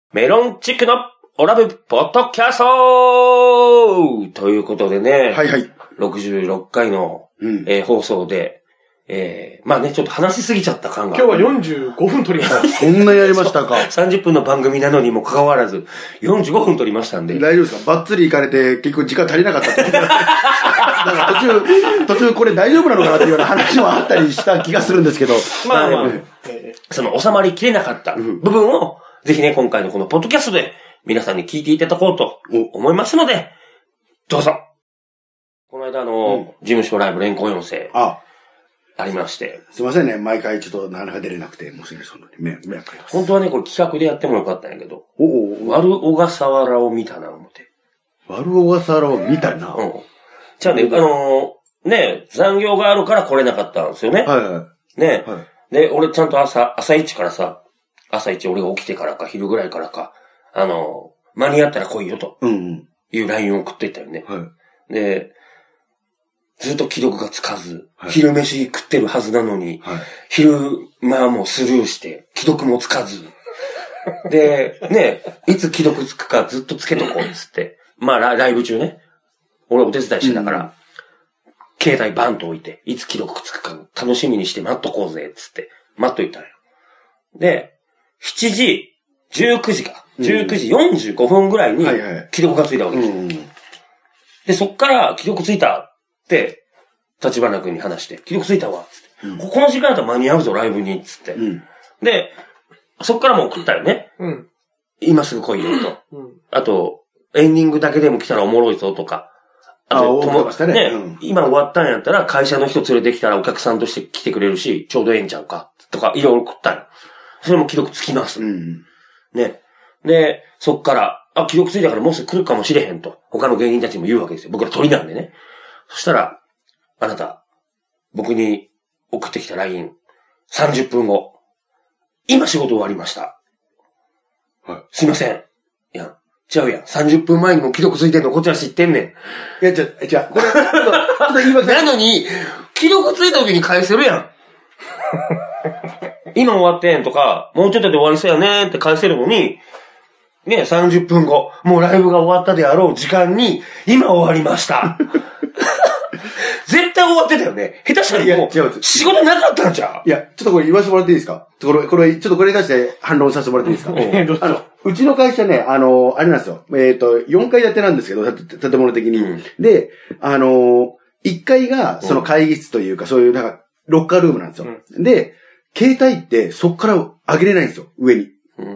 メロンチックのオラブポッドキャストということでね。 はいはい。 66回の、放送で、まあね、ちょっと話しすぎちゃった感が。 今日は45分撮りました。 そんなやりましたか。 30分の番組なのにもかかわらず、45分撮りましたんで。 大丈夫ですか？バッツリ行かれて結局時間足りなかったって。なんか途中これ大丈夫なのかなっていうような話もあったりした気がするんですけど。 まあまあ、その収まりきれなかった部分を、ぜひね、今回のこのポッドキャストで皆さんに聞いていただこうと思いますので、どうぞ。この間事務所ライブ連行要請ありまして。 すいませんね、毎回ちょっとなかなか出れなくて、もしね、そんなに迷惑かけます。 本当はね、これ企画でやってもよかったんやけど、悪小笠原を見たな、思って。 悪小笠原を見たな。 じゃあね、ね、残業があるから来れなかったんですよね。 はいはい。 ね、はい、で、俺ちゃんと朝一からさ、朝一俺が起きてからか、昼ぐらいからか、間に合ったら来いよと。いう LINE を送っていったよね。はい。で、ずっと既読がつかず、はい、昼飯食ってるはずなのに、はい、昼間もスルーして、既読もつかず。で、ね、いつ既読つくかずっとつけとこうっつって。まあライブ中ね。俺お手伝いしてたから、携帯バンと置いて、いつ既読つくか楽しみにして待っとこうぜっつって、待っといたんよ。で、19時45分ぐらいに、既読がついたわけですよ。で、そっから、既読ついたって、立花君に話して、既読ついたわ、つって。この時間だったら間に合うぞ、ライブに、つって。で、そっからもう送ったよね。今すぐ来いよ、と。あと、エンディングだけでも来たらおもろいぞ、とか。あと、今終わったんやったら、会社の人連れてきたらお客さんとして来てくれるし、ちょうどええんちゃうか、とか、いろいろ送ったよ。それも既読つきます。ね。で、そっから、既読ついたからもうすぐ来るかもしれへんと。他の芸人たちも言うわけですよ。僕ら鳥なんでね。そしたら、あなた、僕に送ってきた LINE、30分後。今仕事終わりました。はい。すいません。いや、違うやん。30分前にも既読ついてんのこっちは知ってんねん。 いや、じゃこれ、ちょっと言いますなのに、既読ついた時に返せるやん。今終わってんとか、もうちょっとで終わりそうやねんって返せるのに、ね、30分後、もうライブが終わったであろう時間に、今終わりました。絶対終わってたよね。下手したらもう、仕事なかったんじゃん。 いや、ちょっとこれ言わせてもらっていいですか？これ、ちょっとこれに対して反論させてもらっていいですか？うちの会社ね、あれなんですよ。4階建てなんですけど、建物的に。で、1階がその会議室というか、そういうなんか、ロッカールームなんですよ。で、携帯ってそっから上げれないんですよ、上に。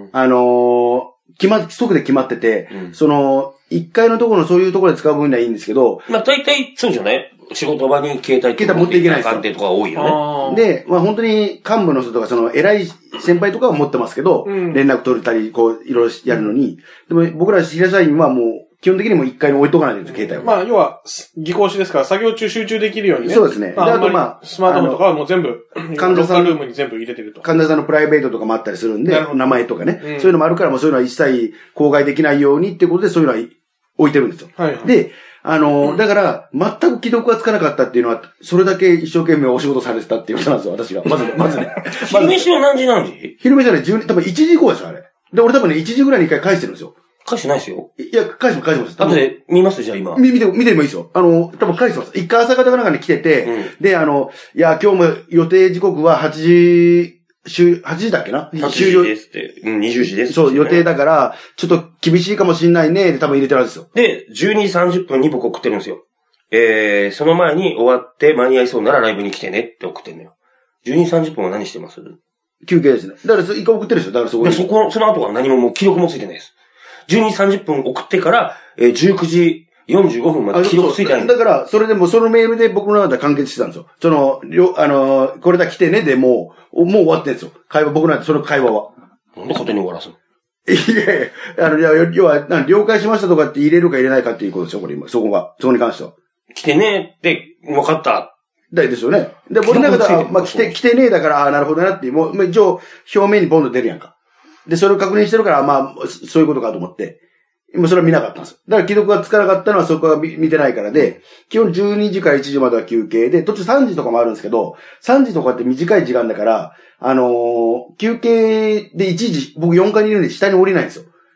規則で決まってて、1階のところのそういうところで使う分にはいいんですけど。 まあ大体そうじゃない仕事場に携帯持っていけないですよ。とか多いよね。で、まあ本当に幹部の人とか偉い先輩とかは持ってますけど、連絡取れたり、こう、いろいろやるのに、でも僕ら平社員はもう、基本的にも1階に置いとかないと携帯を。 まあ、要は、技工士ですから、作業中集中できるようにね。 そうですね。 あとまあ、スマートフォンとかはもう全部、患者さんルームに全部入れてると。 患者さんのプライベートとかもあったりするんで、名前とかね。そういうのもあるから、もうそういうのは一切公害できないようにっていうことで、そういうのは置いてるんですよ。で、だから、全く既読がつかなかったっていうのは、それだけ一生懸命お仕事されてたっていうことなんですよ、私が。まずね。 昼飯は何時？ 昼飯はね、多分1時以降ですよ、あれ。で、俺多分ね、1時ぐらいに一回返してるんですよ。 返してないですよ。 いや、返してます。 後で見ますじゃあ今。 見てもいいですよ。多分返してます。一回朝方かなんかに来てて、で、いや、今日も予定時刻は8時だっけな 8時ですって。20時です。 そう、予定だから、ちょっと厳しいかもしんないね、で多分入れてるんですよ。 で、12時30分に僕送ってるんですよ。その前に終わって間に合いそうならライブに来てねって送ってんのよ。12時30分は何してます？ 休憩ですね。だから、一回送ってるんですよ。だからそこに。 その後は何ももう記録もついてないです。12時30分送ってから、19時45分まで記録ついてない。 だから、それでもそのメールで僕の中で完結してたんですよ。これだ来てねでもう終わってんですよ。僕の中でその会話は。 なんで勝手に終わらすの？ いや、要は、了解しましたとかって入れるか入れないかっていうことですよ、これ今。そこに関しては。 来てねって、分かった。 ですよね。で、僕の中では、まあ、来てねえだから、なるほどなっていう、もう、一応、表面にボンと出るやんか。で、それを確認してるから、まあ、そういうことかと思って、今それは見なかったんですよ。だから既読がつかなかったのはそこは見てないからで、基本12時から1時までは休憩で、途中3時とかもあるんですけど、3時とかって短い時間だから、休憩で1時、僕4階にいるんで下に降りないんですよ。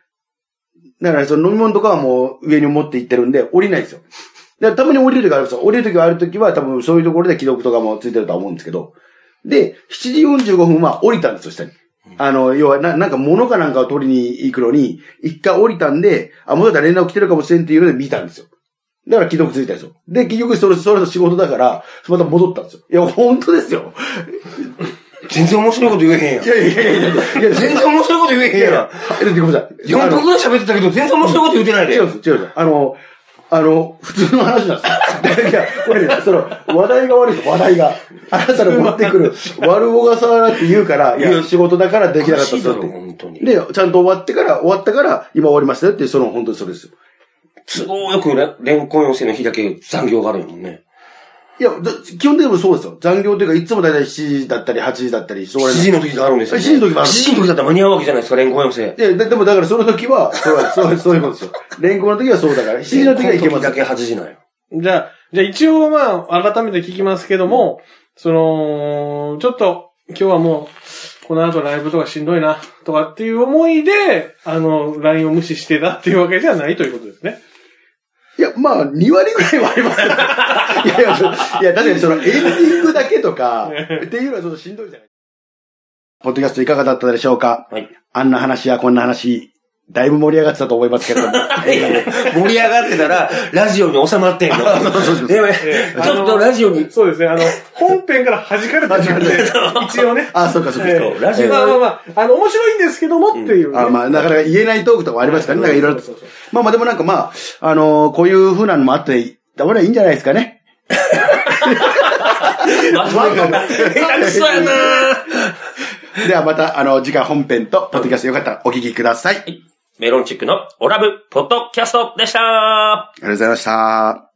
だからその飲み物とかはもう上に持って行ってるんで、降りないんですよ。だからたまに降りる時があるんですよ。降りる時がある時は多分そういうところで既読とかもついてるとは思うんですけど。で、7時45分は降りたんですよ、下に。要はなんか物かなんかを取りに行くのに、一回降りたんで、もしかしたら連絡来てるかもしれんっていうので見たんですよ。だから既読ついたんですよ。で、結局それと仕事だから、また戻ったんですよ。いや、本当ですよ。 全然面白いこと言えへんやん。 いや、 全然面白いこと言えへんやん。 ごめんなさい。 4分くらい喋ってたけど、全然面白いこと言ってないで。 違うんです。普通の話なんですよ。いや、これね、話題が悪いです、話題が。あなたの持ってくる、悪小笠原って言うから、いや、仕事だからできなかったですよって。 本当に。 で、ちゃんと終わったから、今終わりましたよっていう、本当にそれですよ。 都合よくレンコン寄せの日だけ残業があるもんね。 いや、基本的にもそうですよ。残業というか、いつもだいたい7時だったり、8時だったり、 7時の時があるんですよ、 7時の時もある。 7時の時だったら間に合うわけじゃないですか、レンコン寄せ。 いや、でもだからその時は、そういうことですよ。レンコンの時はそうだから、7時の時はいけます。 だけ8時なんよ。 じゃあ一応改めて聞きますけども、ちょっと、今日はもう、この後ライブとかしんどいな、とかっていう思いで、LINE を無視してたっていうわけじゃないということですね。 いや、2割ぐらいはありますよ。いや、確かにエンディングだけとか、っていうのはちょっとしんどいじゃない。ポッドキャストいかがだったでしょうか？はい。あんな話やこんな話、だいぶ盛り上がってたと思いますけれども。 盛り上がってたら、ラジオに収まってんの。そうちょっとラジオに。 そうですね、本編から弾かれてるんで、一応ね。 そうか。 ラジオ面白いんですけどもっていう。 なかなか言えないトークとかありますからね。なんかいろいろと。でもなんかこういう風なのもあって、だからいいんじゃないですかね。ではまた、次回本編と、ポッドキャストよかったらお聞きください。 メロンチックのオラブポッドキャストでした。 ありがとうございました。